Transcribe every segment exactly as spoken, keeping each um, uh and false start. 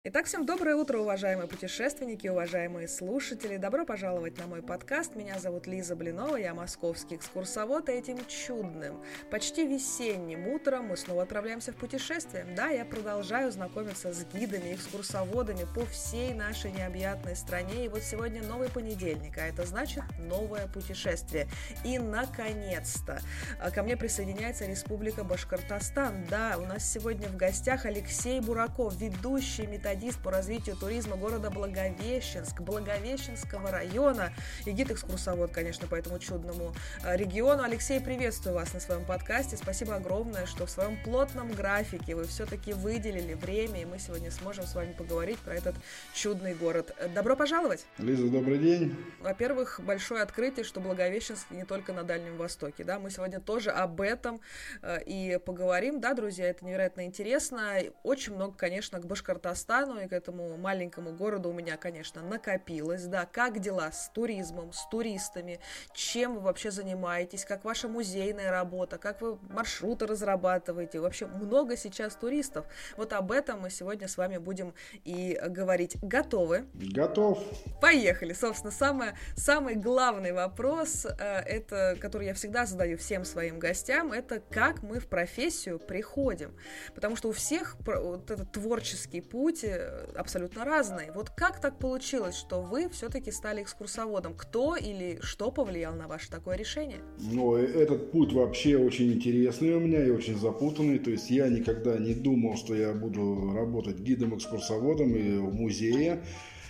Итак, всем доброе утро, уважаемые путешественники, уважаемые слушатели. Добро пожаловать на мой подкаст. Меня зовут Лиза Блинова, я московский экскурсовод, и этим чудным, почти весенним утром мы снова отправляемся в путешествие. Да, я продолжаю знакомиться с гидами, экскурсоводами по всей нашей необъятной стране. И вот сегодня новый понедельник, а это значит новое путешествие. И, наконец-то, ко мне присоединяется Республика Башкортостан. Да, у нас сегодня в гостях Алексей Бураков, ведущий методист по развитию туризма города Благовещенск, Благовещенского района и гид-экскурсовод, конечно, по этому чудному региону. Алексей, приветствую вас на своем подкасте. Спасибо огромное, что в своем плотном графике вы все-таки выделили время, и мы сегодня сможем с вами поговорить про этот чудный город. Добро пожаловать! Лиза, добрый день! Во-первых, большое открытие, что Благовещенск не только на Дальнем Востоке. Да? Мы сегодня тоже об этом э, и поговорим. Да, друзья, это невероятно интересно. Очень много, конечно, к Башкортостану и к этому маленькому городу у меня, конечно, накопилось. Да, как дела с туризмом, с туристами, чем вы вообще занимаетесь, как ваша музейная работа, как вы маршруты разрабатываете. Вообще много сейчас туристов. Вот об этом мы сегодня с вами будем и говорить. Готовы? Готов. Поехали. Собственно, самое, самый главный вопрос, э, это, который я всегда задаю всем своим гостям, это как мы в профессию приходим. Потому что у всех вот этот творческий путь абсолютно разные. Вот как так получилось, что вы все-таки стали экскурсоводом? Кто или что повлиял на ваше такое решение? Ну, этот путь вообще очень интересный у меня и очень запутанный. То есть я никогда не думал, что я буду работать гидом-экскурсоводом или в музее.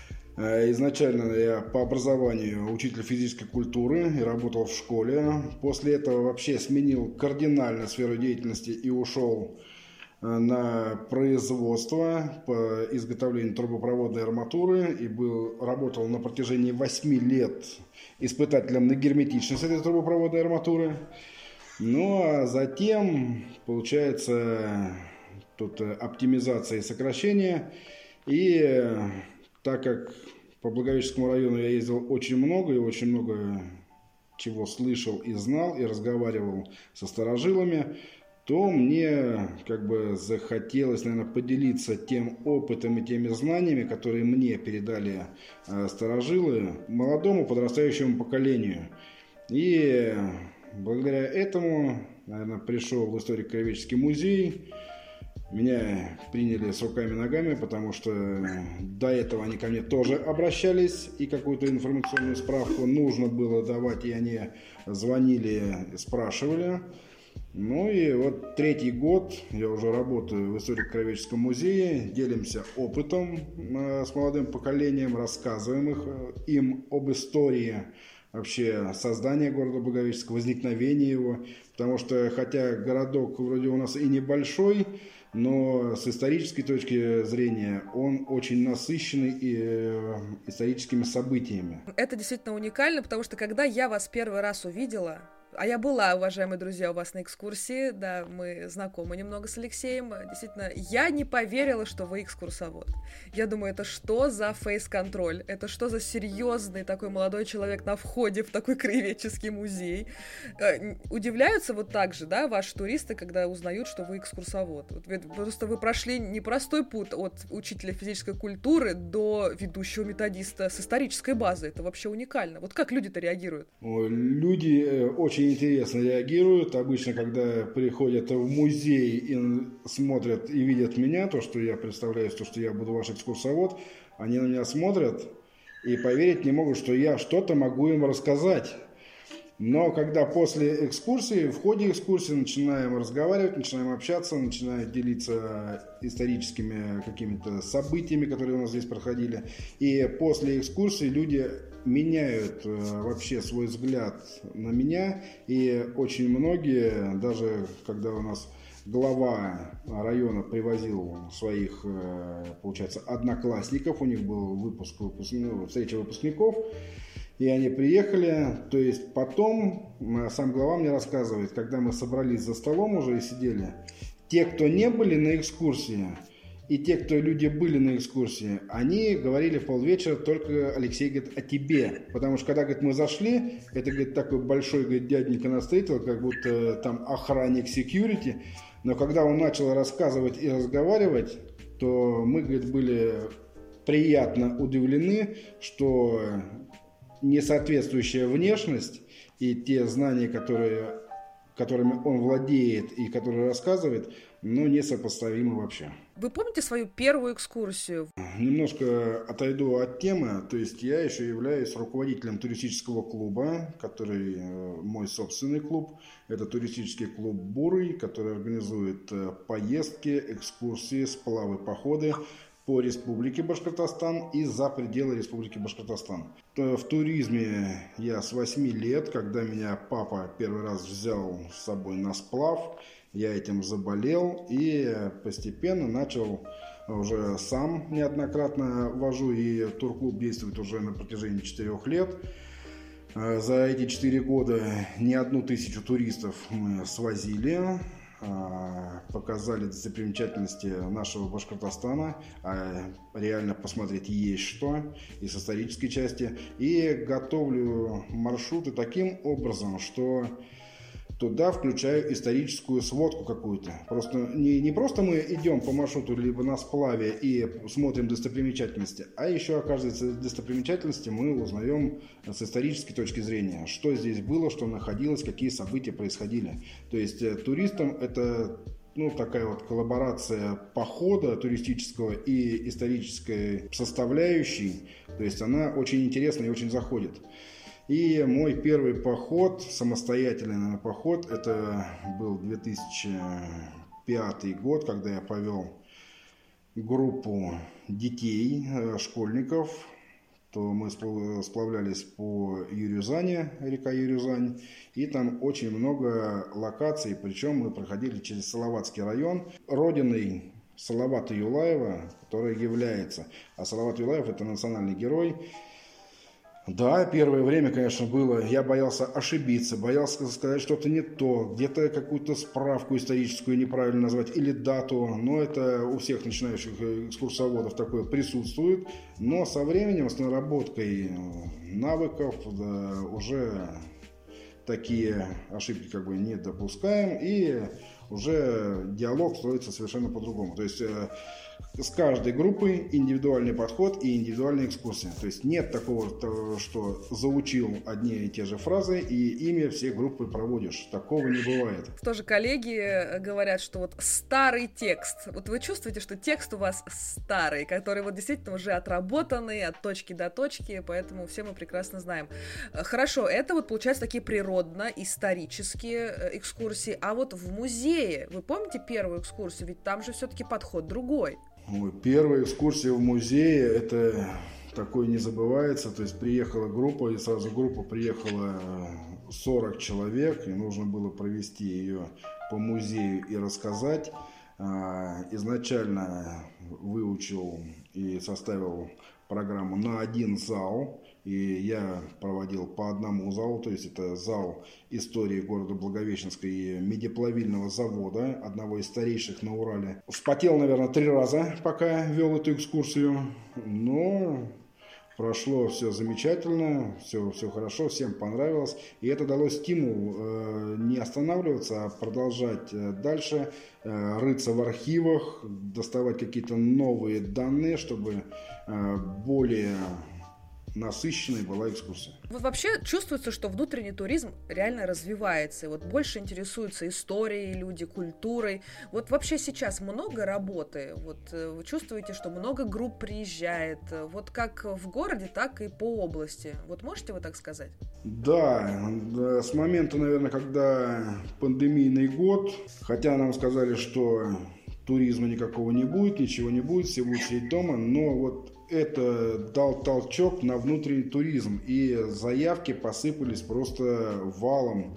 Изначально я по образованию учитель физической культуры и работал в школе. После этого вообще сменил кардинально сферу деятельности и ушел на производство по изготовлению трубопроводной арматуры и был, работал на протяжении восьми лет испытателем на герметичность этой трубопроводной арматуры. Ну а затем, получается, тут оптимизация и сокращение. И так как по Благовещенскому району я ездил очень много и очень много чего слышал и знал, и разговаривал со старожилами, то мне как бы захотелось, наверное, поделиться тем опытом и теми знаниями, которые мне передали э, старожилы, молодому подрастающему поколению. И благодаря этому, наверное, пришел в историко-краеведческий музей. Меня приняли с руками и ногами, потому что до этого они ко мне тоже обращались, и какую-то информационную справку нужно было давать, и они звонили, спрашивали. Ну и вот третий год я уже работаю в историко-краеведческом музее, делимся опытом с молодым поколением, рассказываем их, им об истории вообще создания города Благовещенска, возникновения его, потому что хотя городок вроде у нас и небольшой, но с исторической точки зрения он очень насыщенный и историческими событиями. Это действительно уникально, потому что когда я вас первый раз увидела, а я была, уважаемые друзья, у вас на экскурсии, да, мы знакомы немного с Алексеем, действительно, я не поверила, что вы экскурсовод. Я думаю, это что за фейс-контроль, это что за серьезный такой молодой человек на входе в такой краеведческий музей. Удивляются вот так же, да, ваши туристы, когда узнают, что вы экскурсовод. Вот, просто вы прошли непростой путь от учителя физической культуры до ведущего методиста с исторической базы. Это вообще уникально. Вот как люди-то реагируют? Люди очень интересно реагируют. Обычно, когда приходят в музей и смотрят и видят меня, то, что я представляю, то, что я буду ваш экскурсовод, они на меня смотрят и поверить не могут, что я что-то могу им рассказать. Но когда после экскурсии, в ходе экскурсии начинаем разговаривать, начинаем общаться, начинаем делиться историческими какими-то событиями, которые у нас здесь проходили, и после экскурсии люди меняют вообще свой взгляд на меня, и очень многие, даже когда у нас глава района привозил своих, получается, одноклассников, у них был выпуск, выпускников, встреча выпускников, и они приехали, то есть потом сам глава мне рассказывает, когда мы собрались за столом уже и сидели, те, кто не были на экскурсии, и те, кто люди были на экскурсии, они говорили в полвечера только, Алексей, говорит, о тебе. Потому что когда, говорит, мы зашли, это, говорит, такой большой, говорит, дяденька нас встретил, как будто там охранник security. Но когда он начал рассказывать и разговаривать, то мы, говорит, были приятно удивлены, что несоответствующая внешность и те знания, которые, которыми он владеет и которые рассказывает, ну, несопоставимы вообще. Вы помните свою первую экскурсию? Немножко отойду от темы. То есть я еще являюсь руководителем туристического клуба, который мой собственный клуб. Это туристический клуб «Бурый», который организует поездки, экскурсии, сплавы, походы по Республике Башкортостан и за пределы Республики Башкортостан. В туризме я с восьми лет, когда меня папа первый раз взял с собой на сплав, я этим заболел и постепенно начал уже сам неоднократно вожу, и турклуб действует уже на протяжении четырех лет. За эти четыре года не одну тысячу туристов мы свозили, показали достопримечательности нашего Башкортостана, реально посмотреть есть что, и с исторической части. И готовлю маршруты таким образом, что туда включаю историческую сводку какую-то. Просто не, не просто мы идем по маршруту либо на сплаве и смотрим достопримечательности, а еще о каждой достопримечательности мы узнаем с исторической точки зрения, что здесь было, что находилось, какие события происходили. То есть туристам это, ну, такая вот коллаборация похода туристического и исторической составляющей. То есть она очень интересна и очень заходит. И мой первый поход, самостоятельный, наверное, поход, это был две тысячи пятый год, когда я повел группу детей, школьников. То мы сплавлялись по Юрюзане, река Юрюзань, и там очень много локаций, причем мы проходили через Салаватский район, родиной Салавата Юлаева, который является, а Салават Юлаев — это национальный герой. Да, первое время, конечно, было, я боялся ошибиться, боялся сказать что-то не то, где-то какую-то справку историческую неправильно назвать или дату, но это у всех начинающих экскурсоводов такое присутствует, но со временем, с наработкой навыков, да, уже такие ошибки как бы не допускаем, и уже диалог строится совершенно по-другому. То есть с каждой группой индивидуальный подход и индивидуальная экскурсия. То есть нет такого, что заучил одни и те же фразы и ими все группы проводишь. Такого не бывает. Тоже коллеги говорят, что вот старый текст. Вот вы чувствуете, что текст у вас старый, который вот действительно уже отработанный от точки до точки, поэтому все мы прекрасно знаем. Хорошо, это вот получается такие природно-исторические экскурсии. А вот в музее, вы помните первую экскурсию? Ведь там же все-таки подход другой. Ой, первая экскурсия в музее, это такое не забывается. То есть приехала группа, и сразу группа приехала сорок человек, и нужно было провести ее по музею и рассказать. Изначально выучил и составил программу на один зал, и я проводил по одному залу, то есть это зал истории города Благовещенска и медиплавильного завода, одного из старейших на Урале. Вспотел, наверное, три раза, пока вел эту экскурсию, но прошло все замечательно, все, все хорошо, всем понравилось, и это дало стимул э, не останавливаться, а продолжать э, дальше, э, рыться в архивах, доставать какие-то новые данные, чтобы э, более насыщенной была экскурсия. Вот вообще чувствуется, что внутренний туризм реально развивается, и вот больше интересуются историей люди, культурой. Вот вообще сейчас много работы, вот вы чувствуете, что много групп приезжает, вот как в городе, так и по области. Вот можете вы так сказать? Да, да, с момента, наверное, когда пандемийный год, хотя нам сказали, что туризма никакого не будет, ничего не будет, все будут сидеть дома, но вот это дал толчок на внутренний туризм, и заявки посыпались просто валом.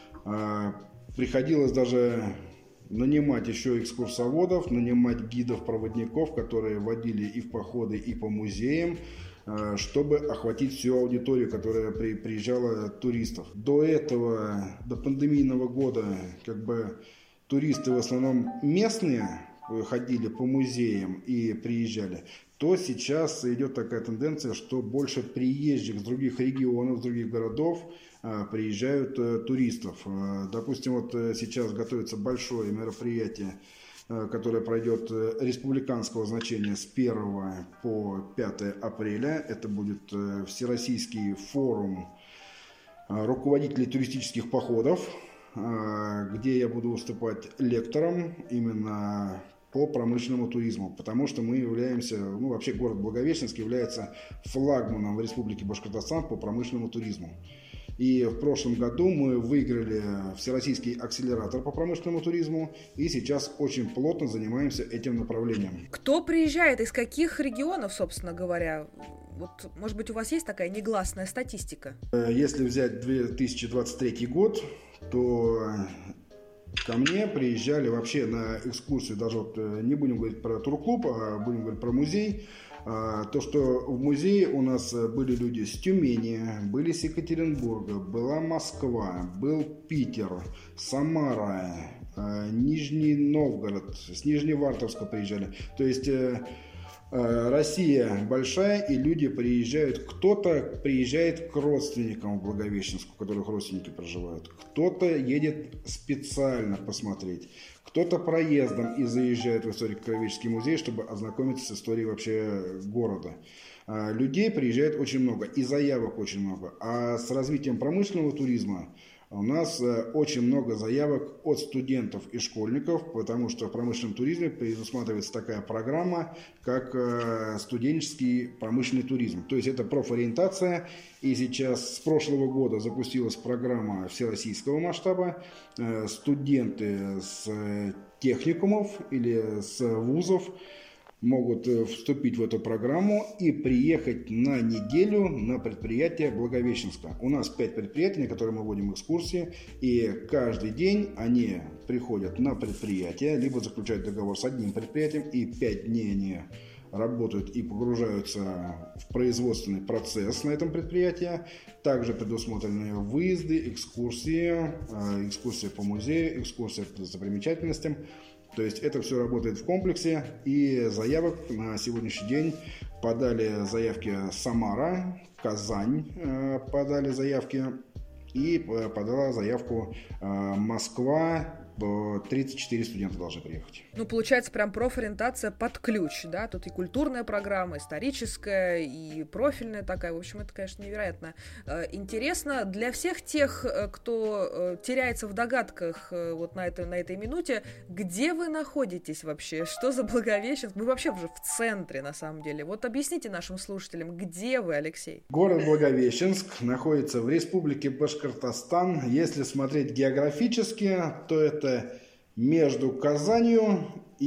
Приходилось даже нанимать еще экскурсоводов, нанимать гидов, проводников, которые водили и в походы, и по музеям, чтобы охватить всю аудиторию, которая при, приезжала туристов. До этого, до пандемийного года, как бы туристы в основном местные ходили по музеям и приезжали, то сейчас идет такая тенденция, что больше приезжих с других регионов, с других городов а, приезжают а, туристов. А, допустим, вот сейчас готовится большое мероприятие которая пройдет республиканского значения с первого по пятое апреля. Это будет Всероссийский форум руководителей туристических походов, где я буду выступать лектором именно по промышленному туризму, потому что мы являемся, ну вообще город Благовещенск является флагманом в Республике Башкортостан по промышленному туризму. И в прошлом году мы выиграли Всероссийский акселератор по промышленному туризму, и сейчас очень плотно занимаемся этим направлением. Кто приезжает, из каких регионов, собственно говоря? Вот, может быть, у вас есть такая негласная статистика? Если взять две тысячи двадцать третий год, то ко мне приезжали вообще на экскурсию, даже вот не будем говорить про турклуб, а будем говорить про музей. То, что в музее у нас были люди с Тюмени, были с Екатеринбурга, была Москва, был Питер, Самара, Нижний Новгород, с Нижневартовска приезжали. То есть Россия большая, и люди приезжают. Кто-то приезжает к родственникам в Благовещенск, у которых родственники проживают. Кто-то едет специально посмотреть. Кто-то проездом и заезжает в историко-краеведческий музей, чтобы ознакомиться с историей вообще города. Людей приезжает очень много, и заявок очень много. А с развитием промышленного туризма у нас очень много заявок от студентов и школьников, потому что в промышленном туризме предусматривается такая программа, как студенческий промышленный туризм. То есть это профориентация, и сейчас с прошлого года запустилась программа всероссийского масштаба. Студенты с техникумов или с вузов могут вступить в эту программу и приехать на неделю на предприятие Благовещенска. У нас пять предприятий, на которые мы вводим экскурсии, и каждый день они приходят на предприятие, либо заключают договор с одним предприятием, и пять дней они работают и погружаются в производственный процесс на этом предприятии. Также предусмотрены выезды, экскурсии, экскурсия по музею, экскурсия по достопримечательностям. То есть это все работает в комплексе, и заявок на сегодняшний день подали заявки Самара, Казань подали заявки, и подала заявку Москва. тридцать четыре студента должны приехать. Ну, получается, прям профориентация под ключ, да? Тут и культурная программа, историческая, и профильная такая. В общем, это, конечно, невероятно интересно. Для всех тех, кто теряется в догадках вот на этой, на этой минуте, где вы находитесь вообще? Что за Благовещенск? Мы вообще уже в центре, на самом деле. Вот объясните нашим слушателям, где вы, Алексей? Город Благовещенск находится в Республике Башкортостан. Если смотреть географически, то это между Казанью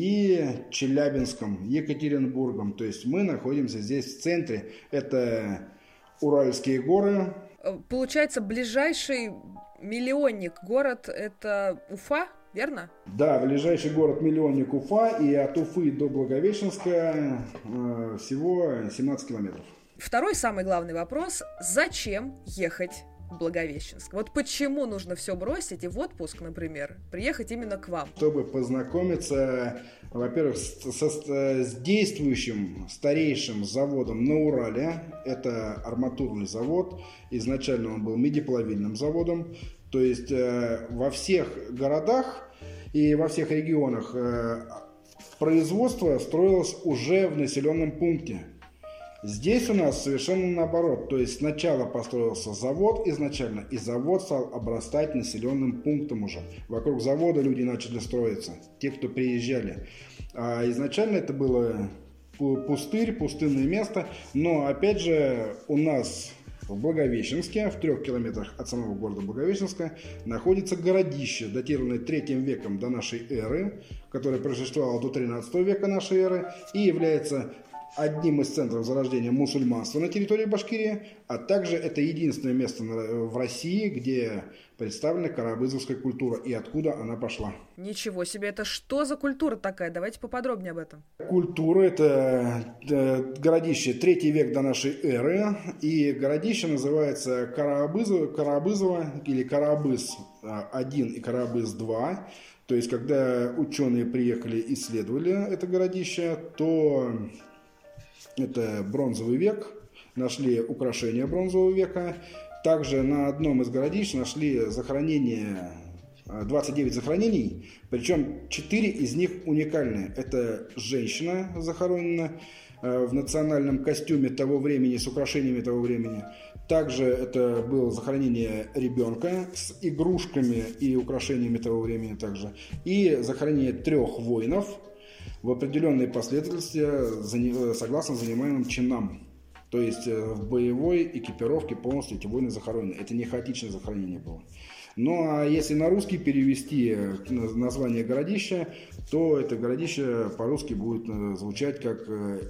и Челябинском, Екатеринбургом. То есть мы находимся здесь в центре. Это Уральские горы. Получается, ближайший миллионник город – это Уфа, верно? Да, ближайший город-миллионник Уфа, и от Уфы до Благовещенска э, всего семнадцать километров. Второй самый главный вопрос – зачем ехать в Благовещенск? Вот почему нужно все бросить и в отпуск, например, приехать именно к вам? Чтобы познакомиться, во-первых, с, со, с действующим старейшим заводом на Урале. Это арматурный завод. Изначально он был медиплавильным заводом. То есть э, во всех городах и во всех регионах э, производство строилось уже в населенном пункте. Здесь у нас совершенно наоборот, то есть сначала построился завод изначально, и завод стал обрастать населенным пунктом уже. Вокруг завода люди начали строиться, те, кто приезжали. А изначально это было пустырь, пустынное место, но опять же у нас в Благовещенске, в трех километрах от самого города Благовещенска, находится городище, датированное третьим веком до нашей эры, которое просуществовало до тринадцатого века нашей эры и является одним из центров зарождения мусульманства на территории Башкирии, а также это единственное место в России, где представлена карабызовская культура и откуда она пошла. Ничего себе, это что за культура такая? Давайте поподробнее об этом. Культура – это городище третий век до нашей эры, и городище называется Карабызово, Карабызово или Карабыз один и Карабыз два. То есть, когда ученые приехали, исследовали это городище, то это бронзовый век, нашли украшения бронзового века. Также на одном из городищ нашли захоронение двадцать девять захоронений, причем четыре из них уникальные. Это женщина захоронена в национальном костюме того времени, с украшениями того времени. Также это было захоронение ребенка с игрушками и украшениями того времени также. И захоронение трех воинов в определенной последовательности согласно занимаемым чинам. То есть в боевой экипировке полностью эти воины захоронены. Это не хаотичное захоронение было. Ну а если на русский перевести название городища, то это городище по-русски будет звучать как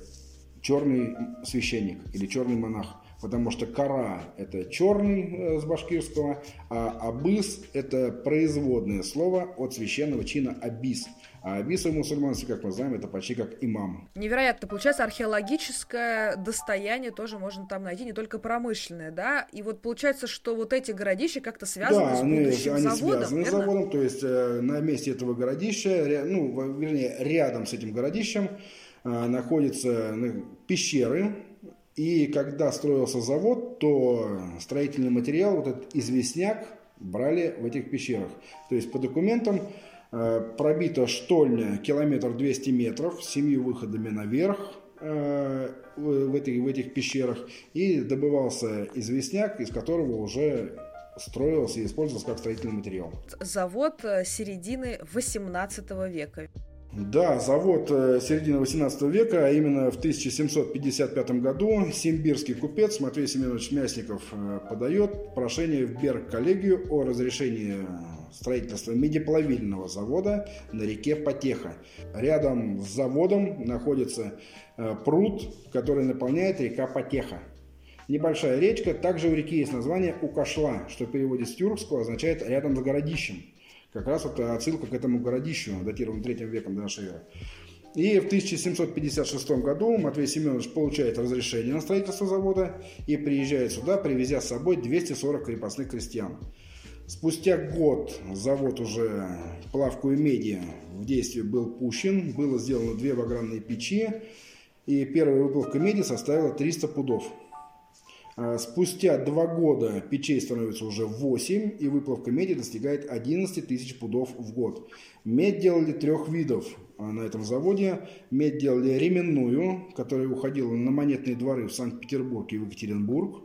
черный священник или черный монах. Потому что кара – это черный с башкирского, а абыс – это производное слово от священного чина абис. А абис в мусульманстве, как мы знаем, это почти как имам. Невероятно. Получается, археологическое достояние тоже можно там найти, не только промышленное, да? И вот получается, что вот эти городища как-то связаны да, с они, будущим они заводом, связаны верно? с заводом, то есть э, на месте этого городища, ну, вернее, рядом с этим городищем э, находятся ну, пещеры. И когда строился завод, то строительный материал, вот этот известняк, брали в этих пещерах. То есть по документам э, пробита штольня километр двести метров с семью выходами наверх э, в, в, этих, в этих пещерах. И добывался известняк, из которого уже строился и использовался как строительный материал. Завод середины восемнадцатого века. Да, завод середины восемнадцатого века, а именно в тысяча семьсот пятьдесят пятом году симбирский купец Матвей Семенович Мясников подает прошение в Берг-коллегию о разрешении строительства медиплавильного завода на реке Потеха. Рядом с заводом находится пруд, который наполняет река Потеха. Небольшая речка, также у реки есть название Укашла, что в переводе с тюркского означает «рядом с городищем». Как раз это отсылка к этому городищу, датированному третьим веком до нашей эры. И в тысяча семьсот пятьдесят шестом году Матвей Семенович получает разрешение на строительство завода и приезжает сюда, привезя с собой двести сорок крепостных крестьян. Спустя год завод уже плавкую меди в действии был пущен, было сделано две багряные печи, и первая выплавка меди составила триста пудов. Спустя два года печей становится уже восемь, и выплавка меди достигает одиннадцать тысяч пудов в год. Медь делали трех видов на этом заводе. Медь делали ременную, которая уходила на монетные дворы в Санкт-Петербург и в Екатеринбург.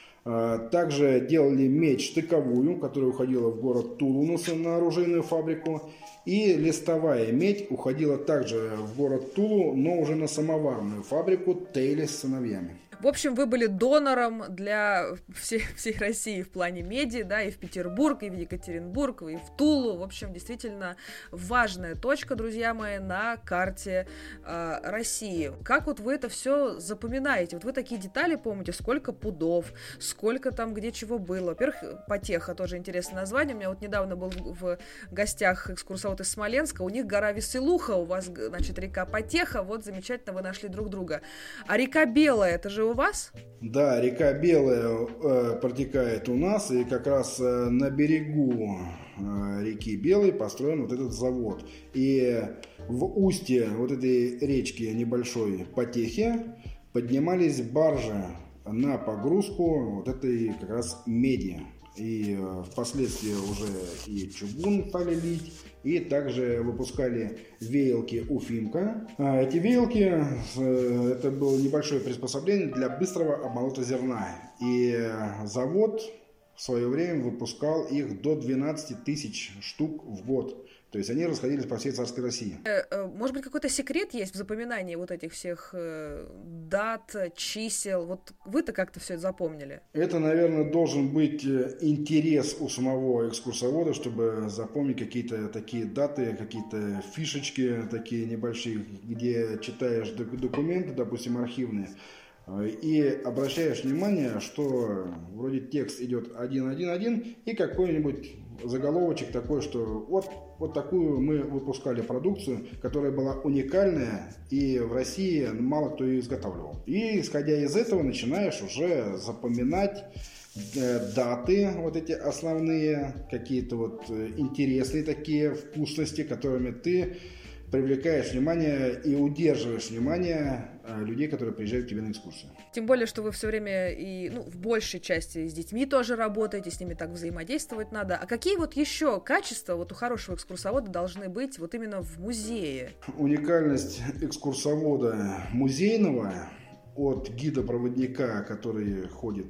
Также делали медь штыковую, которая уходила в город Тулу на оружейную фабрику. И листовая медь уходила также в город Тулу, но уже на самоварную фабрику Тейли с сыновьями. В общем, вы были донором для всей, всей России в плане меди, да, и в Петербург, и в Екатеринбург, и в Тулу. В общем, действительно важная точка, друзья мои, на карте э, России. Как вот вы это все запоминаете? Вот вы такие детали помните, сколько пудов, сколько там где чего было. Во-первых, Потеха, тоже интересное название. У меня вот недавно был в гостях экскурсовод из Смоленска, у них гора Веселуха, у вас, значит, река Потеха, вот замечательно, вы нашли друг друга. А река Белая, это же у вас? Да, река Белая э, протекает у нас, и как раз э, на берегу э, реки Белой построен вот этот завод. И в устье вот этой речки небольшой Потехи поднимались баржи на погрузку вот этой как раз меди. И э, впоследствии уже и чугун стали лить, и также выпускали веялки Уфимка. А эти веялки, э, это было небольшое приспособление для быстрого обмолота зерна. И завод в свое время выпускал их до двенадцати тысяч штук в год. То есть они расходились по всей царской России. Может быть, какой-то секрет есть в запоминании вот этих всех э, дат, чисел? Вот вы-то как-то все это запомнили? Это, наверное, должен быть интерес у самого экскурсовода, чтобы запомнить какие-то такие даты, какие-то фишечки такие небольшие, где читаешь документы, допустим, архивные, и обращаешь внимание, что вроде текст идет один один один и какой-нибудь заголовочек такой, что вот, вот такую мы выпускали продукцию, которая была уникальная, и в России мало кто ее изготавливал. И исходя из этого начинаешь уже запоминать э, даты, вот эти основные, какие-то вот интересные такие вкусности, которыми ты привлекаешь внимание и удерживаешь внимание людей, которые приезжают к тебе на экскурсию. Тем более, что вы все время и, ну, в большей части с детьми тоже работаете, с ними так взаимодействовать надо. А какие вот еще качества вот у хорошего экскурсовода должны быть вот именно в музее? Уникальность экскурсовода музейного от гида-проводника, который ходит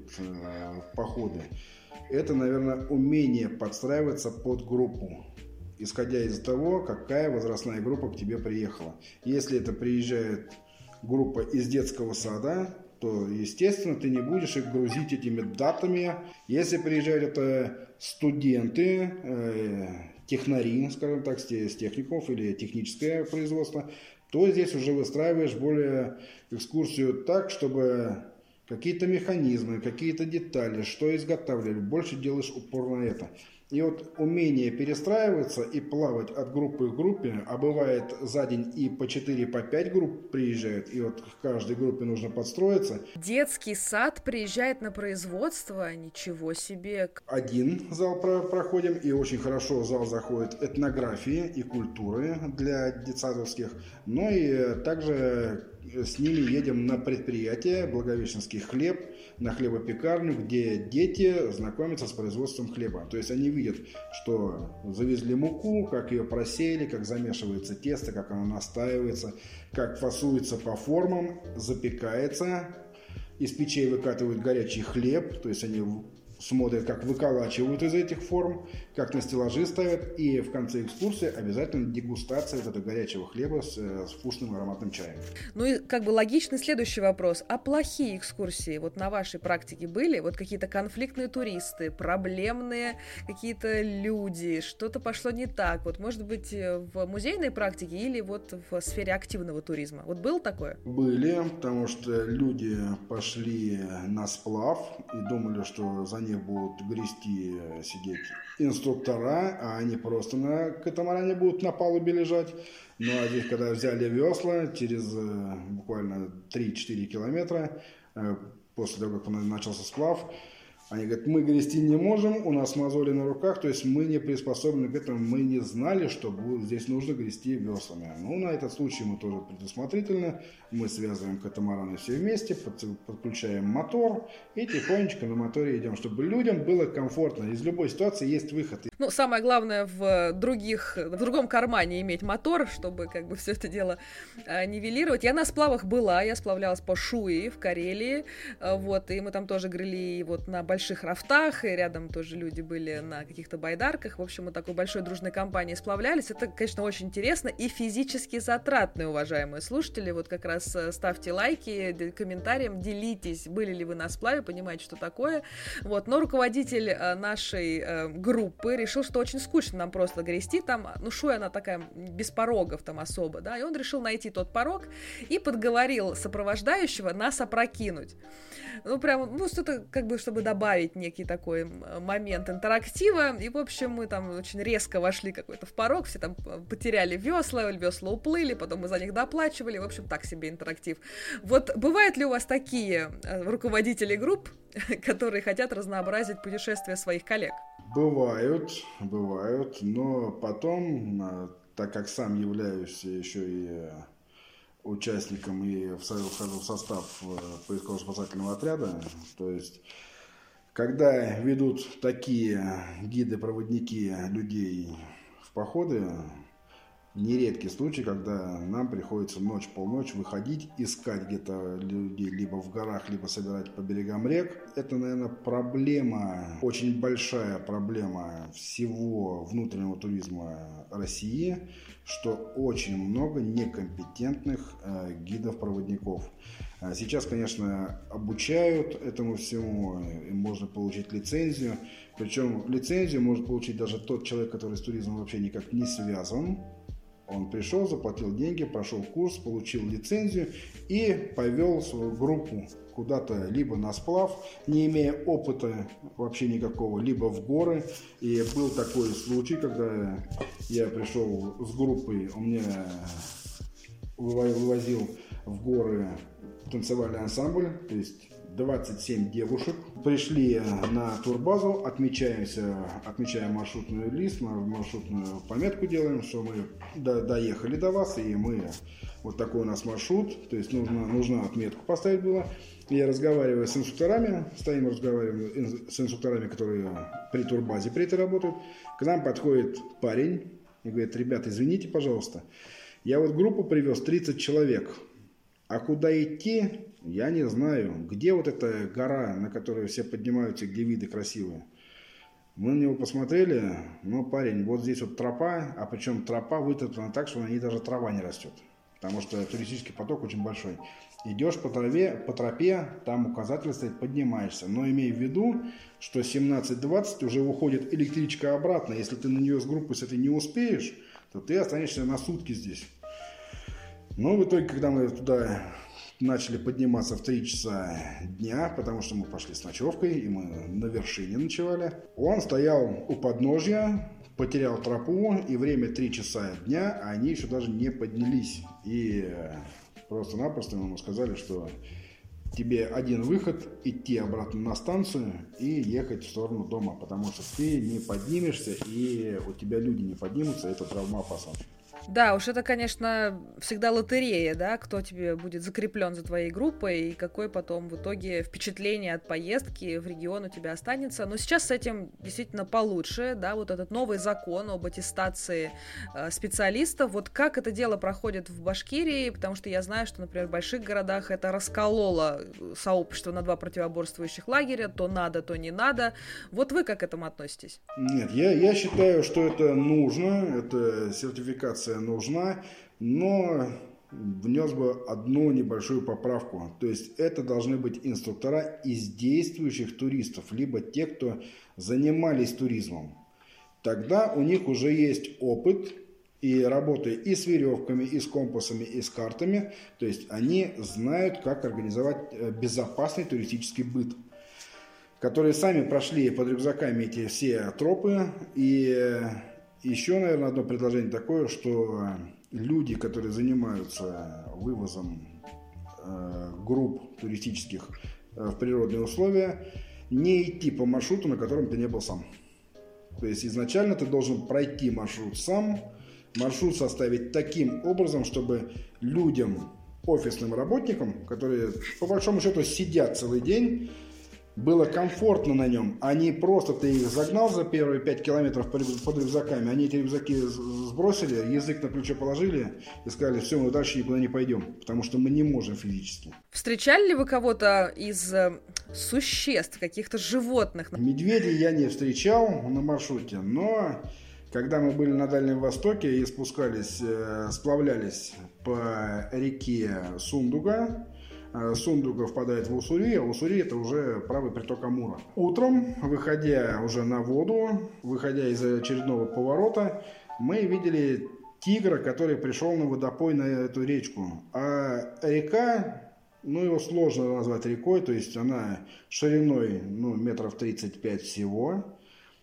в походы, это, наверное, умение подстраиваться под группу, исходя из того, какая возрастная группа к тебе приехала. Если это приезжает группа из детского сада, то, естественно, ты не будешь их грузить этими датами. Если приезжают это студенты, э, технари, скажем так, с техникумов или техническое производство, то здесь уже выстраиваешь более экскурсию так, чтобы какие-то механизмы, какие-то детали, что изготавливали, больше делаешь упор на это. И вот умение перестраиваться и плавать от группы к группе, а бывает за день и по четыре, по пять групп приезжают, и вот к каждой группе нужно подстроиться. Детский сад приезжает на производство, ничего себе. Один зал про- проходим, и очень хорошо в зал заходит этнографии и культуры для детсадовских, но и также с ними едем на предприятие Благовещенский хлеб, на хлебопекарню, где дети знакомятся с производством хлеба. То есть они видят, что завезли муку, как ее просеяли, как замешивается тесто, как оно настаивается, как фасуется по формам, запекается, из печей выкатывают горячий хлеб, то есть они смотрят, как выколачивают из этих форм, как на стеллажи ставят, и в конце экскурсии обязательно дегустация вот этого горячего хлеба с, с вкусным ароматным чаем. Ну и как бы логичный следующий вопрос. А плохие экскурсии вот на вашей практике были? Вот какие-то конфликтные туристы, проблемные какие-то люди, что-то пошло не так? Вот может быть в музейной практике или вот в сфере активного туризма? Вот было такое? Были, потому что люди пошли на сплав и думали, что за них будут грести, сидеть инструктора, а они просто на катамаране будут на палубе лежать. Ну а здесь, когда взяли весла, через буквально три-четыре километра после того, как начался сплав, они говорят, мы грести не можем, у нас мозоли на руках, то есть мы не приспособлены к этому, мы не знали, что будет, здесь нужно грести веслами. Ну, на этот случай мы тоже предусмотрительно, мы связываем катамараны все вместе, подключаем мотор и тихонечко на моторе идем, чтобы людям было комфортно. Из любой ситуации есть выход. Ну, самое главное в других, в другом кармане иметь мотор, чтобы как бы все это дело а, нивелировать. Я на сплавах была, я сплавлялась по Шуи в Карелии, а, вот, и мы там тоже грели вот на больших рафтах, и рядом тоже люди были на каких-то байдарках. В общем, мы такой большой дружной компанией сплавлялись. Это, конечно, очень интересно и физически затратно, уважаемые слушатели. Вот как раз ставьте лайки, комментариям, делитесь, были ли вы на сплаве, понимаете, что такое. Вот, но руководитель нашей э, группы решил, что очень скучно нам просто грести там, ну, Шуя, она такая без порогов там особо, да, и он решил найти тот порог и подговорил сопровождающего нас опрокинуть. Ну, прям, ну, что-то, как бы, чтобы добавить некий такой момент интерактива, и, в общем, мы там очень резко вошли какой-то в порог, все там потеряли весла, весла уплыли, потом мы за них доплачивали, в общем, так себе интерактив. Вот бывают ли у вас такие руководители групп, которые хотят разнообразить путешествия своих коллег? Бывают, бывают, но потом, так как сам являюсь еще и участником и вхожу в состав поисково-спасательного отряда, то есть когда ведут такие гиды-проводники людей в походы, нередкий случай, когда нам приходится ночь-полночь выходить, искать где-то людей либо в горах, либо собирать по берегам рек. Это, наверное, проблема, очень большая проблема всего внутреннего туризма России, что очень много некомпетентных э, гидов-проводников. Сейчас, конечно, обучают этому всему, им можно получить лицензию. Причем лицензию может получить даже тот человек, который с туризмом вообще никак не связан. Он пришел, заплатил деньги, прошел курс, получил лицензию и повел свою группу куда-то либо на сплав, не имея опыта вообще никакого, либо в горы. И был такой случай, когда я пришел с группой, он меня вывозил в горы танцевальный ансамбль, то есть двадцать семь девушек. Пришли на турбазу, отмечаемся, отмечаем маршрутный лист, маршрутную пометку делаем, что мы до, доехали до вас, и мы, вот такой у нас маршрут, то есть нужно, нужно отметку поставить было. Я разговариваю с инструкторами, стоим разговариваем с инструкторами, которые при турбазе при этой работают. К нам подходит парень и говорит: ребята, извините, пожалуйста, я вот группу привез тридцать человек, а куда идти, я не знаю. Где вот эта гора, на которую все поднимаются, где виды красивые? Мы на него посмотрели, ну, парень, вот здесь вот тропа, а причем тропа вытоптана так, что на ней даже трава не растет, потому что туристический поток очень большой. Идешь по траве, по тропе, там указатель стоит, поднимаешься. Но имей в виду, что семнадцать двадцать уже уходит электричка обратно. Если ты на нее с группой с этой не успеешь, то ты останешься на сутки здесь. Но в итоге, когда мы туда начали подниматься в три часа дня, потому что мы пошли с ночевкой, и мы на вершине ночевали, он стоял у подножья, потерял тропу, и время три часа дня, а они еще даже не поднялись. И просто-напросто ему сказали, что тебе один выход – идти обратно на станцию и ехать в сторону дома, потому что ты не поднимешься, и у тебя люди не поднимутся, это травмоопасно. Да, уж это, конечно, всегда лотерея, да, кто тебе будет закреплен за твоей группой и какое потом в итоге впечатление от поездки в регион у тебя останется. Но сейчас с этим действительно получше, да, вот этот новый закон об аттестации э, специалистов. Вот как это дело проходит в Башкирии, потому что я знаю, что, например, в больших городах это раскололо сообщество на два противоборствующих лагеря, то надо, то не надо. Вот вы как к этому относитесь? Нет, я, я считаю, что это нужно, это сертификация нужна, но внес бы одну небольшую поправку. То есть это должны быть инструктора из действующих туристов, либо те, кто занимались туризмом. Тогда у них уже есть опыт и работы и с веревками, и с компасами, и с картами. То есть они знают, как организовать безопасный туристический быт, которые сами прошли под рюкзаками эти все тропы. И еще, наверное, одно предложение такое, что люди, которые занимаются вывозом э, групп туристических э, в природные условия, не идти по маршруту, на котором ты не был сам. То есть изначально ты должен пройти маршрут сам, маршрут составить таким образом, чтобы людям, офисным работникам, которые по большому счету сидят целый день, было комфортно на нем, а не просто ты их загнал за первые пять километров под рюкзаками, они эти рюкзаки сбросили, язык на плечо положили и сказали: все, мы дальше никуда не пойдем, потому что мы не можем физически. Встречали ли вы кого-то из э, существ, каких-то животных? Медведей я не встречал на маршруте, но когда мы были на Дальнем Востоке и спускались, э, сплавлялись по реке Сундуга, Сундуга впадает в Уссури, а Уссури — это уже правый приток Амура. Утром, выходя уже на воду, выходя из очередного поворота, мы видели тигра, который пришел на водопой на эту речку. А река, ну, его сложно назвать рекой, то есть она шириной, ну, метров тридцать пять всего.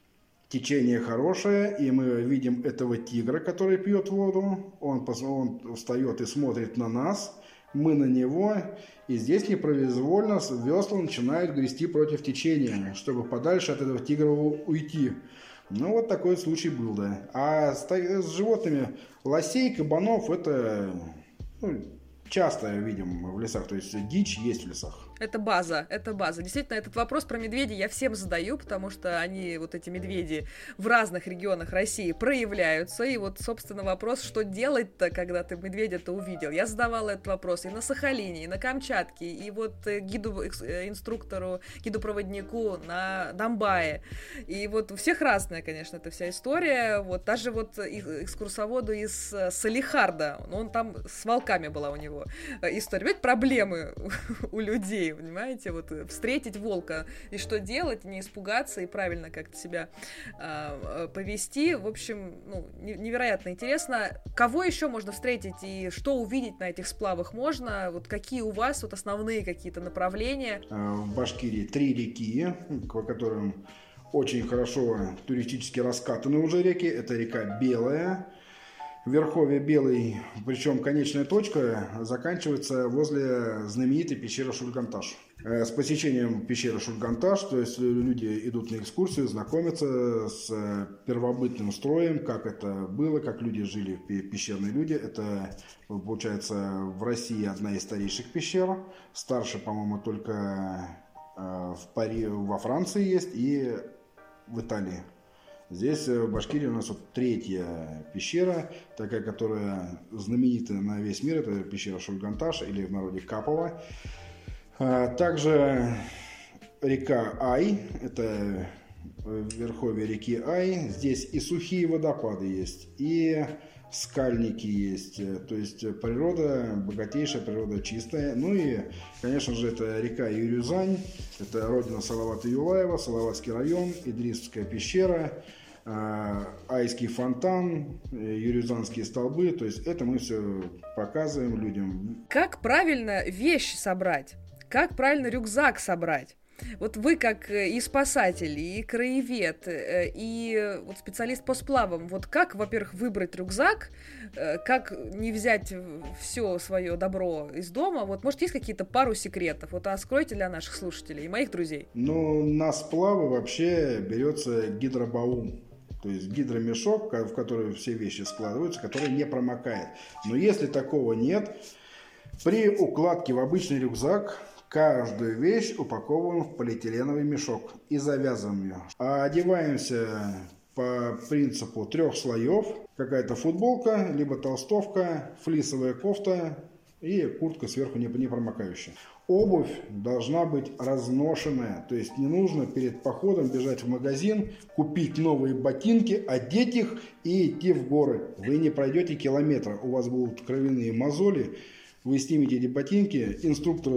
Течение хорошее, и мы видим этого тигра, который пьет воду. Он, он встает и смотрит на нас. Мы на него, и здесь непроизвольно весла начинают грести против течения, чтобы подальше от этого тигра уйти. Ну, вот такой случай был, да. А с, с животными лосей, кабанов, это, ну, часто видим в лесах, то есть дичь есть в лесах. Это база, это база. Действительно, этот вопрос про медведей я всем задаю, потому что они, вот эти медведи, в разных регионах России проявляются. И вот, собственно, вопрос, что делать-то, когда ты медведя-то увидел. Я задавала этот вопрос и на Сахалине, и на Камчатке, и вот гиду, инструктору, гиду-проводнику на Домбае. И вот у всех разная, конечно, эта вся история. Вот даже вот экскурсоводу из Салихарда, он там с волками была у него история. Ведь проблемы у людей, понимаете, вот встретить волка и что делать, не испугаться и правильно как-то себя э, повести. В общем, ну, невероятно интересно. Кого еще можно встретить и что увидеть на этих сплавах можно? Вот какие у вас вот основные какие-то направления? В Башкирии три реки, по которым очень хорошо туристически раскатаны уже реки. Это река Белая, в Верховье Белый, причем конечная точка заканчивается возле знаменитой пещеры Шульганташ. С посещением пещеры Шульганташ, то есть люди идут на экскурсию, знакомятся с первобытным строем, как это было, как люди жили, пещерные люди. Это, получается, в России одна из старейших пещер, старше, по-моему, только в Пари, во Франции есть и в Италии. Здесь, в Башкирии, у нас вот третья пещера, такая, которая знаменита на весь мир, это пещера Шульганташ, или в народе Капова. Также река Ай, это верховье реки Ай, здесь и сухие водопады есть, и скальники есть, то есть природа, богатейшая природа, чистая. Ну и, конечно же, это река Юрюзань, это родина Салавата Юлаева, Салаватский район, Идрисская пещера, Айский фонтан, Юрюзанские столбы, то есть это мы все показываем людям. Как правильно вещи собрать? Как правильно рюкзак собрать? Вот вы как и спасатель, и краевед, и вот специалист по сплавам, вот как, во-первых, выбрать рюкзак, как не взять все свое добро из дома? Вот, может, есть какие-то пару секретов? Вот откройте для наших слушателей и моих друзей. Ну, на сплавы вообще берется гидробаул. То есть гидромешок, в который все вещи складываются, который не промокает. Но если такого нет, при укладке в обычный рюкзак каждую вещь упаковываем в полиэтиленовый мешок и завязываем ее. А одеваемся по принципу трех слоев. Какая-то футболка, либо толстовка, флисовая кофта и куртка сверху не промокающая. Обувь должна быть разношенная, то есть не нужно перед походом бежать в магазин, купить новые ботинки, одеть их и идти в горы. Вы не пройдете километра, у вас будут кровяные мозоли, вы снимете эти ботинки, инструктора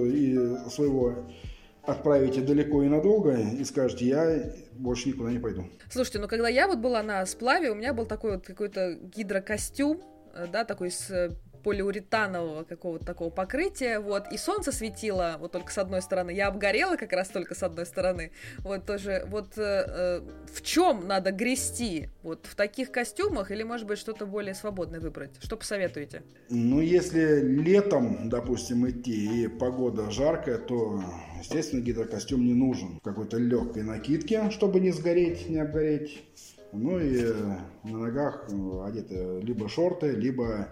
своего отправите далеко и надолго и скажете: я больше никуда не пойду. Слушайте, ну когда я вот была на сплаве, у меня был такой вот какой-то гидрокостюм, да, такой с полиуретанового какого-то такого покрытия, вот, и солнце светило вот только с одной стороны, я обгорела как раз только с одной стороны, вот, тоже, вот, э, в чем надо грести, вот, в таких костюмах или, может быть, что-то более свободное выбрать, что посоветуете? Ну, если летом, допустим, идти и погода жаркая, то, естественно, гидрокостюм не нужен, в какой-то легкой накидке, чтобы не сгореть, не обгореть, ну, и на ногах одеты либо шорты, либо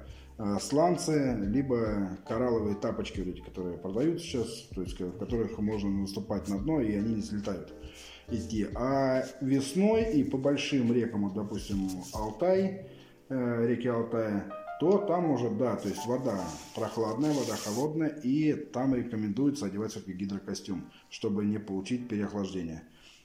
сланцы, либо коралловые тапочки, которые продаются сейчас, то есть в которых можно наступать на дно, и они не слетают идти. А весной и по большим рекам, вот, допустим, Алтай, э, реки Алтая, то там уже, да, то есть вода прохладная, вода холодная, и там рекомендуется одевать все-таки гидрокостюм, чтобы не получить переохлаждение.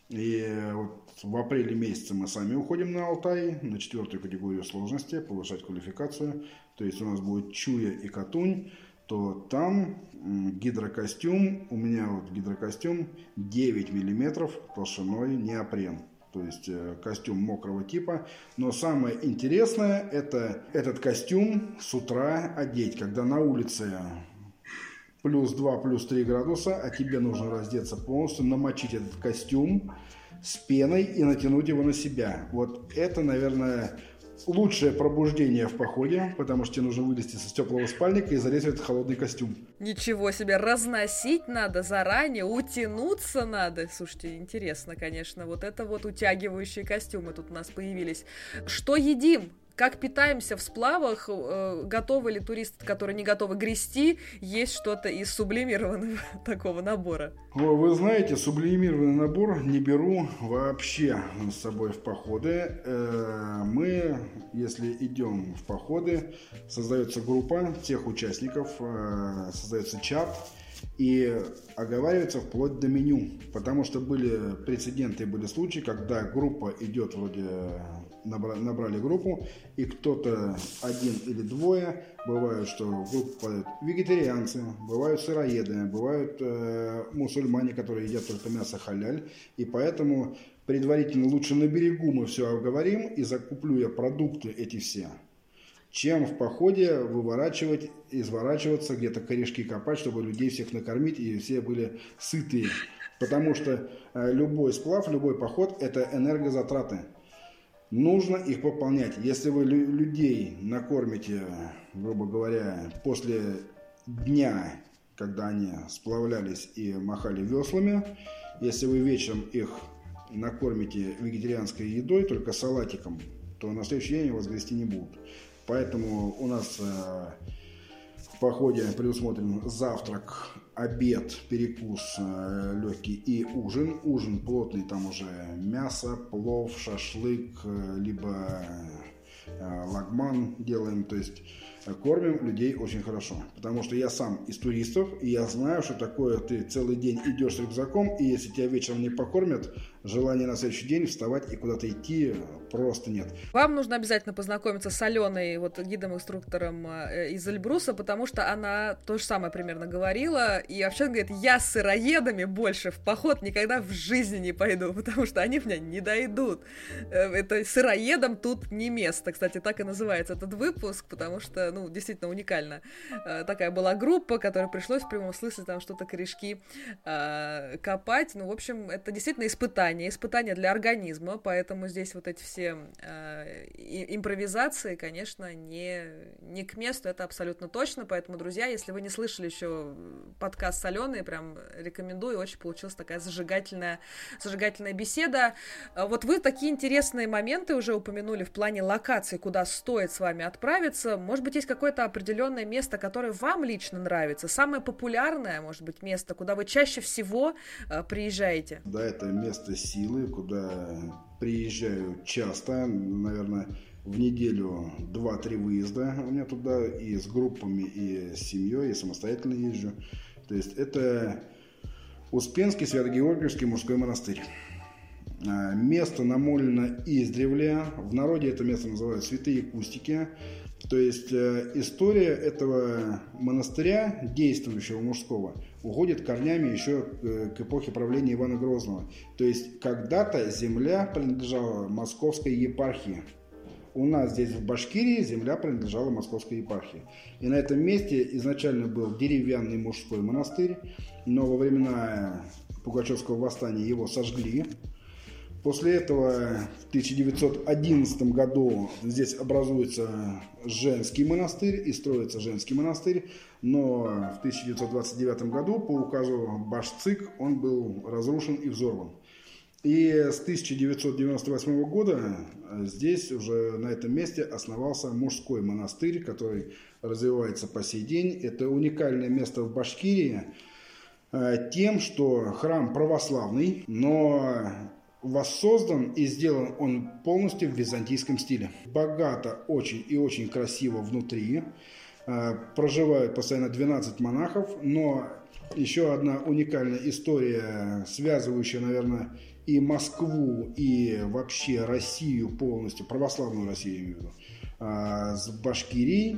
И вот в апреле месяце мы сами уходим на Алтай, на четвертую категорию сложности, повышать квалификацию. То есть у нас будет Чуя и Катунь, то там гидрокостюм, у меня вот гидрокостюм девять миллиметров толщиной неопрен. То есть костюм мокрого типа. Но самое интересное, это этот костюм с утра одеть, когда на улице плюс два, плюс три градуса, а тебе нужно раздеться полностью, намочить этот костюм с пеной и натянуть его на себя. Вот это, наверное, лучшее пробуждение в походе, потому что тебе нужно вылезти из теплого спальника и залезть в этот холодный костюм. Ничего себе, разносить надо заранее, утянуться надо. Слушайте, интересно, конечно, вот это вот утягивающие костюмы тут у нас появились. Что едим? Как питаемся в сплавах? Готовы ли туристы, которые не готовы грести, есть что-то из сублимированного такого набора? Вы знаете, сублимированный набор не беру вообще с собой в походы. Мы, если идем в походы, создается группа тех участников, создается чат, и оговаривается вплоть до меню. Потому что были прецеденты, были случаи, когда группа идет вроде... набрали группу, и кто-то один или двое, бывают, что в группу попадают вегетарианцы, бывают сыроеды, бывают э, мусульмане, которые едят только мясо халяль, и поэтому предварительно лучше на берегу мы все обговорим, и закуплю я продукты эти все, чем в походе выворачивать, изворачиваться, где-то корешки копать, чтобы людей всех накормить, и все были сытые. Потому что э, любой сплав, любой поход – это энергозатраты. нужно их пополнять. Если вы лю- людей накормите, грубо говоря, после дня, когда они сплавлялись и махали веслами, если вы вечером их накормите вегетарианской едой, только салатиком, то на следующий день вас грести не будут. Поэтому у нас э, в походе предусмотрен завтрак, обед, перекус э, легкий и ужин. Ужин плотный, там уже мясо, плов, шашлык, э, либо э, лагман делаем. То есть э, кормим людей очень хорошо. Потому что я сам из туристов, и я знаю, что такое ты целый день идешь с рюкзаком, и если тебя вечером не покормят, желания на следующий день вставать и куда-то идти просто нет. Вам нужно обязательно познакомиться с Аленой, вот гидом-инструктором из Эльбруса, потому что она то же самое примерно говорила, и вообще говорит, я с сыроедами больше в поход никогда в жизни не пойду, потому что они меня не дойдут. Это сыроедам тут не место. Кстати, так и называется этот выпуск, потому что, ну, действительно уникально. Такая была группа, которой пришлось в прямом смысле там что-то корешки копать. Ну, в общем, это действительно испытание, испытание для организма, поэтому здесь вот эти все э, импровизации, конечно, не, не к месту, это абсолютно точно, поэтому, друзья, если вы не слышали еще подкаст с Аленой, прям рекомендую, очень получилась такая зажигательная, зажигательная беседа. Вот вы такие интересные моменты уже упомянули в плане локаций, куда стоит с вами отправиться. Может быть, есть какое-то определенное место, которое вам лично нравится, самое популярное, может быть, место, куда вы чаще всего э, приезжаете? Да, это место силы, куда приезжаю часто, наверное, в неделю два-три выезда у меня туда, и с группами, и с семьей, и самостоятельно езжу. То есть это Успенский Свято-Георгиевский мужской монастырь. Место намолено издревле, в народе это место называют Святые Кустики. То есть э, история этого монастыря, действующего мужского, уходит корнями еще к, к эпохе правления Ивана Грозного. То есть когда-то земля принадлежала Московской епархии. У нас здесь в Башкирии земля принадлежала Московской епархии. И на этом месте изначально был деревянный мужской монастырь, но во времена Пугачевского восстания его сожгли. После этого в тысяча девятьсот одиннадцатом году здесь образуется женский монастырь и строится женский монастырь, но в тысяча девятьсот двадцать девятом году по указу Башцик он был разрушен и взорван. И с тысяча девятьсот девяносто восьмого года здесь уже на этом месте основался мужской монастырь, который развивается по сей день. Это уникальное место в Башкирии тем, что храм православный, но воссоздан и сделан он полностью в византийском стиле. Богато, очень и очень красиво внутри. Проживают постоянно двенадцать монахов, но еще одна уникальная история, связывающая, наверное, и Москву, и вообще Россию полностью, православную Россию, я имею в виду, с Башкирией,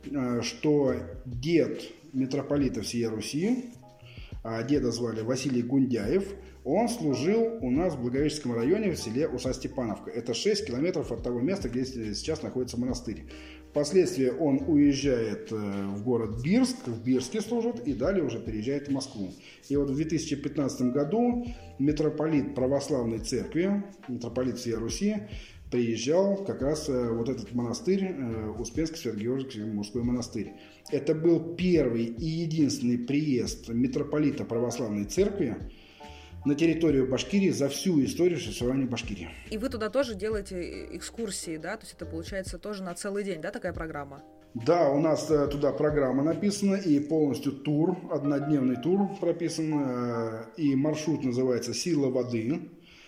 что дед митрополита всей Руси, деда звали Василий Гундяев, он служил у нас в Благовещенском районе в селе Уса-Степановка. Это шесть километров от того места, где сейчас находится монастырь. Впоследствии он уезжает в город Бирск, в Бирске служит и далее уже переезжает в Москву. И вот в две тысячи пятнадцатом году митрополит православной церкви, митрополит всей Руси, приезжал как раз вот этот монастырь, Успенский Свято-Георгиевский мужской монастырь. Это был первый и единственный приезд митрополита православной церкви на территорию Башкирии за всю историю существования Башкирии. И вы туда тоже делаете экскурсии, да? То есть это получается тоже на целый день, да, такая программа? Да, у нас туда программа написана и полностью тур, однодневный тур прописан, и маршрут называется «Сила воды».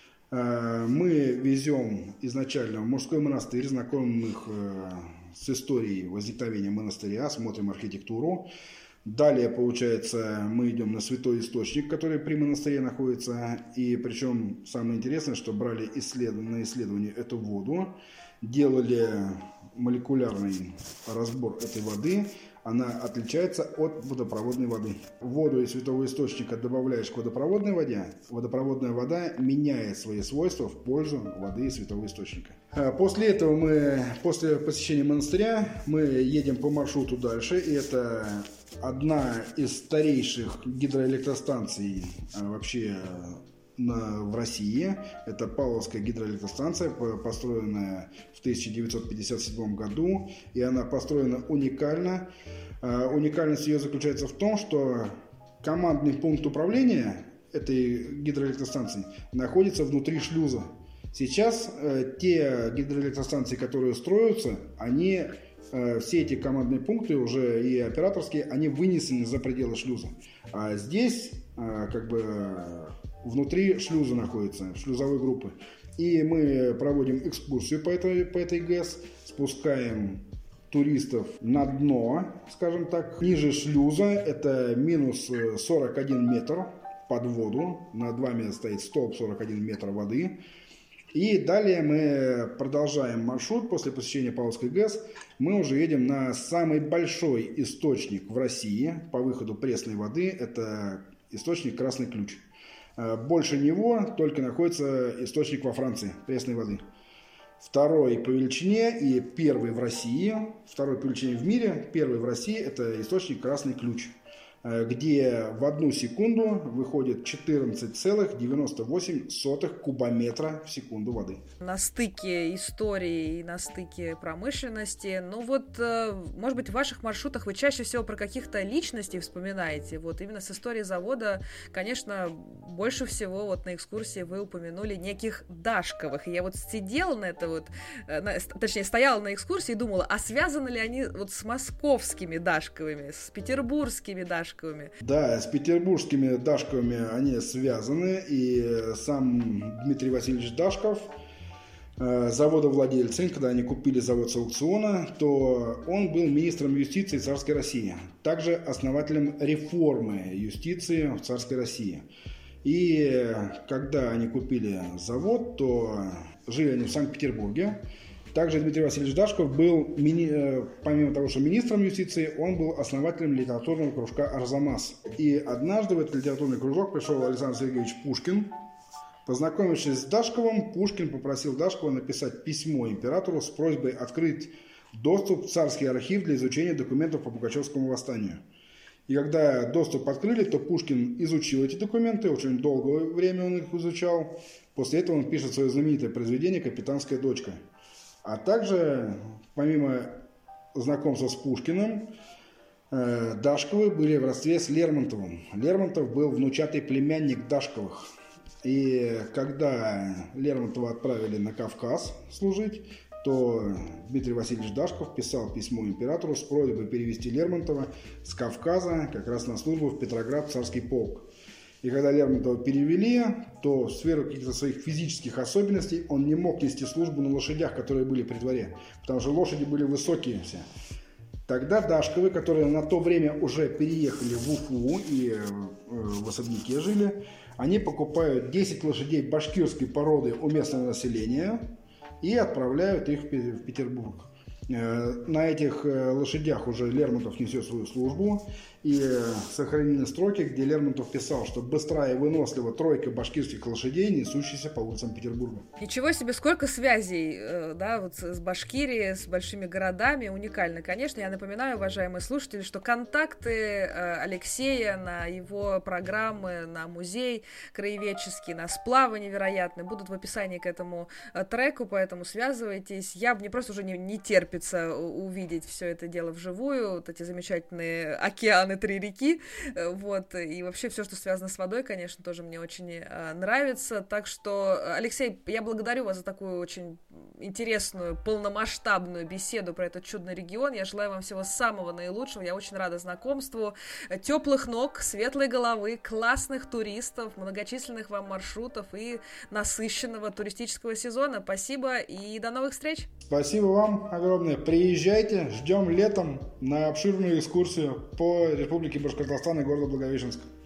Мы везем изначально в мужской монастырь, знакомим их с историей возникновения монастыря, смотрим архитектуру. Далее, получается, мы идем на святой источник, который при монастыре находится. И причем самое интересное, что брали исслед... на исследование эту воду, делали молекулярный разбор этой воды. Она отличается от водопроводной воды. Воду из святого источника добавляешь к водопроводной воде. Водопроводная вода меняет свои свойства в пользу воды из святого источника. После этого мы, после посещения монастыря, мы едем по маршруту дальше. И это одна из старейших гидроэлектростанций вообще на, в России. Это Павловская гидроэлектростанция, построенная в тысяча девятьсот пятьдесят седьмом году, и она построена уникально. Уникальность ее заключается в том, что командный пункт управления этой гидроэлектростанции находится внутри шлюза. Сейчас э, те гидроэлектростанции, которые строятся, они, э, все эти командные пункты уже и операторские, они вынесены за пределы шлюза. А здесь э, как бы внутри шлюза находится, шлюзовой группы. И мы проводим экскурсию по этой, по этой ГЭС, спускаем туристов на дно, скажем так. Ниже шлюза это минус сорок один метр под воду. Над вами стоит столб сорок один метр воды. И далее мы продолжаем маршрут. После посещения Павловской ГЭС мы уже едем на самый большой источник в России по выходу пресной воды. Это источник Красный Ключ. Больше него только находится источник во Франции пресной воды. Второй по величине и первый в России, второй по величине в мире, первый в России – это источник Красный Ключ, где в одну секунду выходит четырнадцать целых девяносто восемь сотых кубометра в секунду воды. На стыке истории и на стыке промышленности. Ну вот, может быть, в ваших маршрутах вы чаще всего про каких-то личностей вспоминаете. Вот именно с историей завода, конечно, больше всего вот на экскурсии вы упомянули неких Дашковых. И я вот сидела на это вот, на, точнее, стояла на экскурсии и думала, а связаны ли они вот с московскими Дашковыми, с петербургскими Дашковыми? Да, с петербургскими Дашковыми они связаны, и сам Дмитрий Васильевич Дашков, заводовладельцы, когда они купили завод с аукциона, то он был министром юстиции царской России, также основателем реформы юстиции в царской России. И когда они купили завод, то жили они в Санкт-Петербурге. Также Дмитрий Васильевич Дашков был, помимо того, что министром юстиции, он был основателем литературного кружка «Арзамас». И однажды в этот литературный кружок пришел Александр Сергеевич Пушкин. Познакомившись с Дашковым, Пушкин попросил Дашкова написать письмо императору с просьбой открыть доступ в царский архив для изучения документов по Пугачевскому восстанию. И когда доступ открыли, то Пушкин изучил эти документы, очень долгое время он их изучал. После этого он пишет свое знаменитое произведение «Капитанская дочка». А также, помимо знакомства с Пушкиным, Дашковы были в родстве с Лермонтовым. Лермонтов был внучатый племянник Дашковых. И когда Лермонтова отправили на Кавказ служить, то Дмитрий Васильевич Дашков писал письмо императору с просьбой перевести Лермонтова с Кавказа как раз на службу в Петроград в царский полк. И когда Лермонтова перевели, то в сферу каких-то своих физических особенностей он не мог нести службу на лошадях, которые были при дворе, потому что лошади были высокие все. Тогда Дашковы, которые на то время уже переехали в Уфу и в особняке жили, они покупают десять лошадей башкирской породы у местного населения и отправляют их в Петербург. На этих лошадях уже Лермонтов несет свою службу, и сохранены строки, где Лермонтов писал, что быстрая и вынослива тройка башкирских лошадей, несущихся по улицам Петербурга. Ничего себе, сколько связей, да, вот с Башкирией, с большими городами, уникально, конечно. Я напоминаю, уважаемые слушатели, что контакты Алексея на его программы, на музей краеведческий, на сплавы невероятные будут в описании к этому треку, поэтому связывайтесь. Я мне просто уже не, не терпится увидеть все это дело вживую, вот эти замечательные океаны, три реки, вот, и вообще все, что связано с водой, конечно, тоже мне очень э, нравится, так что, Алексей, я благодарю вас за такую очень интересную, полномасштабную беседу про этот чудный регион, я желаю вам всего самого наилучшего, я очень рада знакомству, теплых ног, светлой головы, классных туристов, многочисленных вам маршрутов и насыщенного туристического сезона, спасибо и до новых встреч! Спасибо вам огромное, приезжайте, ждем летом на обширную экскурсию по Республике Башкортостан и города Благовещенск.